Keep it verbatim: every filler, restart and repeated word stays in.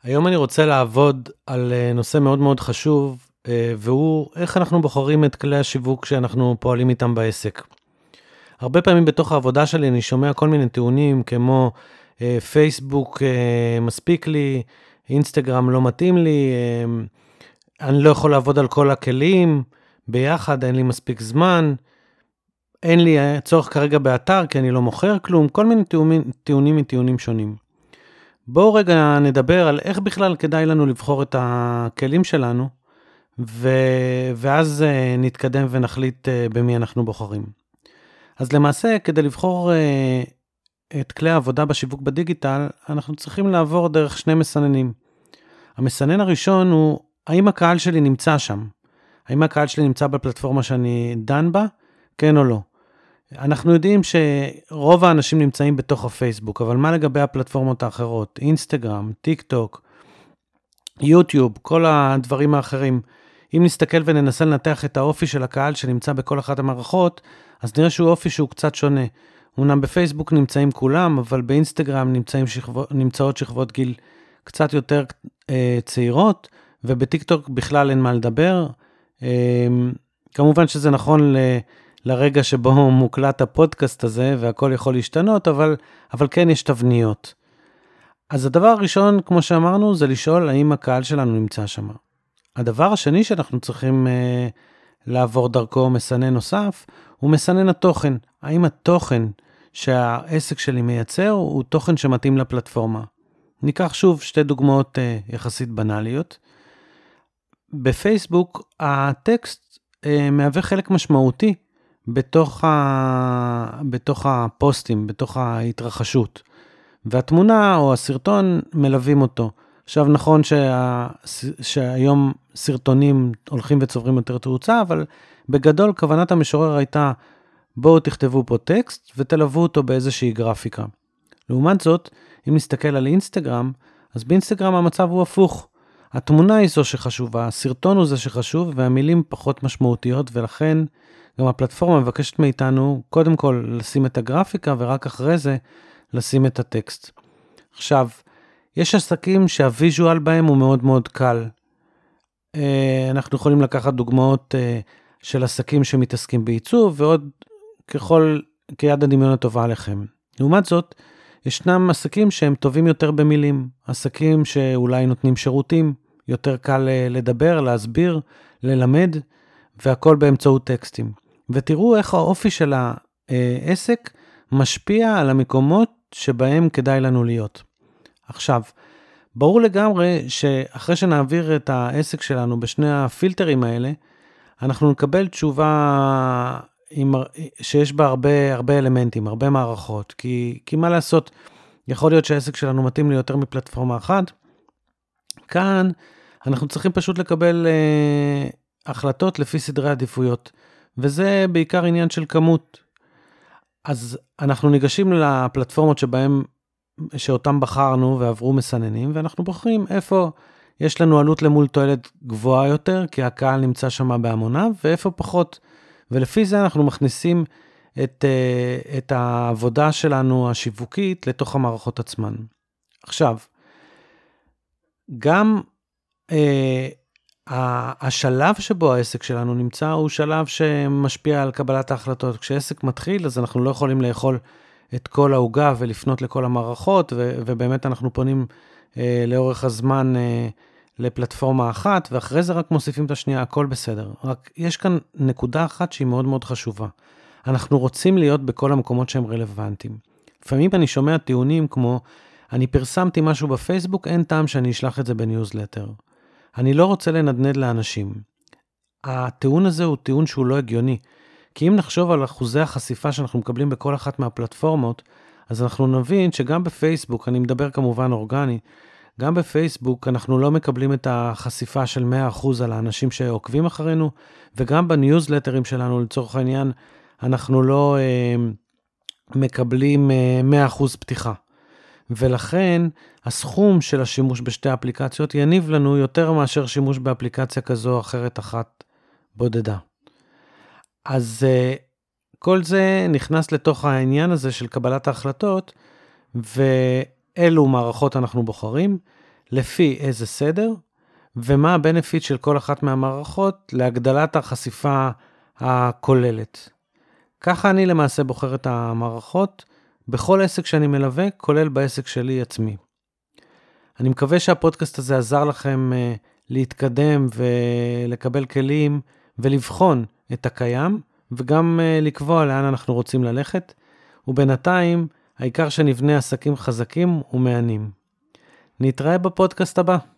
היום אני רוצה לעבוד על אה, נושא מאוד מאוד חשוב, אה, והוא איך אנחנו בוחרים את כלי השיווק שאנחנו פועלים איתם בעסק. הרבה פעמים בתוך העבודה שלי אני שומע כל מיני טיעונים כמו אה, פייסבוק אה, מספיק לי, אינסטגרם לא מתאים לי, אה, אני לא יכול לעבוד על כל הכלים ביחד, אין לי מספיק זמן, אין לי אה, צורך כרגע באתר כי אני לא מוכר כלום, כל מיני טיעונים, טיעונים מטיעונים שונים. בואו רגע נדבר על איך בכלל כדאי לנו לבחור את הכלים שלנו, ו... ואז uh, נתקדם ונחליט uh, במי אנחנו בוחרים. אז למעשה, כדי לבחור uh, את כלי העבודה בשיווק בדיגיטל, אנחנו צריכים לעבור דרך שני מסננים. המסנן הראשון הוא, האם הקהל שלי נמצא שם? האם הקהל שלי נמצא בפלטפורמה שאני דן בה? כן או לא? אנחנו יודעים שרוב האנשים נמצאים בתוך הפייסבוק, אבל מה לגבי הפלטפורמות האחרות? אינסטגרם, טיק טוק, יוטיוב, כל הדברים האחרים. אם נסתכל וננסה לנתח את האופי של הקהל שנמצא בכל אחת המערכות, אז נראה שהוא אופי שהוא קצת שונה. אומנם בפייסבוק נמצאים כולם, אבל באינסטגרם נמצאים שכבות, נמצאות שכבות גיל קצת יותר אה, צעירות, ובטיק טוק בכלל אין מה לדבר. אה, כמובן שזה נכון ל... לרגע שבו מוקלט הפודקאסט הזה, והכל יכול להשתנות, אבל, אבל כן יש תבניות. אז הדבר הראשון, כמו שאמרנו, זה לשאול האם הקהל שלנו נמצא שם. הדבר השני שאנחנו צריכים אה, לעבור דרכו מסנן נוסף, הוא מסנן התוכן. האם התוכן שהעסק שלי מייצר, הוא תוכן שמתאים לפלטפורמה. ניקח שוב שתי דוגמאות אה, יחסית בנאליות. בפייסבוק, הטקסט אה, מהווה חלק משמעותי, בתוך, ה... בתוך הפוסטים, בתוך ההתרחשות. והתמונה או הסרטון מלווים אותו. עכשיו נכון שה... שהיום סרטונים הולכים וצוברים יותר תאוצה, אבל בגדול כוונת המשורר הייתה, בואו תכתבו פה טקסט ותלוו אותו באיזושהי גרפיקה. לעומת זאת, אם נסתכל על אינסטגרם, אז באינסטגרם המצב הוא הפוך. התמונה היא זו שחשובה, הסרטון הוא זה שחשוב, והמילים פחות משמעותיות, ולכן גם הפלטפורמה מבקשת מאיתנו, קודם כל לשים את הגרפיקה, ורק אחרי זה לשים את הטקסט. עכשיו, יש עסקים שהוויז'ואל בהם הוא מאוד מאוד קל. אנחנו יכולים לקחת דוגמאות של עסקים שמתעסקים בעיצוב, ועוד ככל, כיד הדמיון הטובה עליכם. לעומת זאת, ישנם עסקים שהם טובים יותר במילים, עסקים שאולי נותנים שירותים, יותר קל לדבר, להסביר, ללמד, והכל באמצעות טקסטים. ותראו איך האופי של העסק משפיע על המקומות שבהם כדאי לנו להיות. עכשיו, ברור לגמרי שאחרי שנעביר את העסק שלנו בשני הפילטרים האלה, אנחנו נקבל תשובה עם, שיש בה הרבה, הרבה אלמנטים, הרבה מערכות, כי, כי מה לעשות, יכול להיות שהעסק שלנו מתאים לי יותר מפלטפורמה אחת. כאן אנחנו צריכים פשוט לקבל אה, החלטות לפי סדרי עדיפויות, וזה בעיקר עניין של כמות. אז אנחנו ניגשים לפלטפורמות שבהם, שאותם בחרנו ועברו מסננים, ואנחנו בוחרים איפה יש לנו עלות למול תועלת גבוהה יותר, כי הקהל נמצא שם בהמוניו, ואיפה פחות. ולפי זה אנחנו מכניסים את, את העבודה שלנו השיווקית לתוך המערכות עצמן. עכשיו, גם אה, השלב שבו העסק שלנו נמצא הוא שלב שמשפיע על קבלת ההחלטות. כשעסק מתחיל, אז אנחנו לא יכולים לאכול את כל העוגה ולפנות לכל המערכות, ו- ובאמת אנחנו פונים אה, לאורך הזמן אה, לפלטפורמה אחת, ואחרי זה רק מוסיפים את השנייה, הכל בסדר. רק יש כאן נקודה אחת שהיא מאוד מאוד חשובה. אנחנו רוצים להיות בכל המקומות שהם רלוונטיים. לפעמים אני שומע טיעונים כמו, אני פרסמתי משהו בפייסבוק, אין טעם שאני אשלח את זה בניוזלטר. אני לא רוצה לנדנד לאנשים. הטיעון הזה הוא טיעון שהוא לא הגיוני, כי אם נחשוב על אחוזי החשיפה שאנחנו מקבלים בכל אחת מהפלטפורמות, אז אנחנו נבין שגם בפייסבוק, אני מדבר כמובן אורגני, גם בפייסבוק אנחנו לא מקבלים את החשיפה של מאה אחוז על האנשים שעוקבים אחרינו, וגם בניוזלטרים שלנו לצורך העניין, אנחנו לא אה, מקבלים אה, מאה אחוז פתיחה. ולכן הסכום של השימוש בשתי האפליקציות יניב לנו יותר מאשר שימוש באפליקציה כזו או אחרת אחת בודדה. אז uh, כל זה נכנס לתוך העניין הזה של קבלת ההחלטות, ואלו מערכות אנחנו בוחרים. לפי איזה סדר, ומה הבנפיט של כל אחת מהמערכות להגדלת החשיפה הכוללת. ככה אני למעשה בוחר את המערכות בכל עסק שאני מלווה, כולל בעסק שלי עצמי. אני מקווה שהפודקאסט הזה עזר לכם uh, להתקדם ולקבל כלים ולבחון את הקיים, וגם uh, לקבוע לאן אנחנו רוצים ללכת, ובינתיים העיקר שנבנה עסקים חזקים ומענים. נתראה בפודקאסט הבא.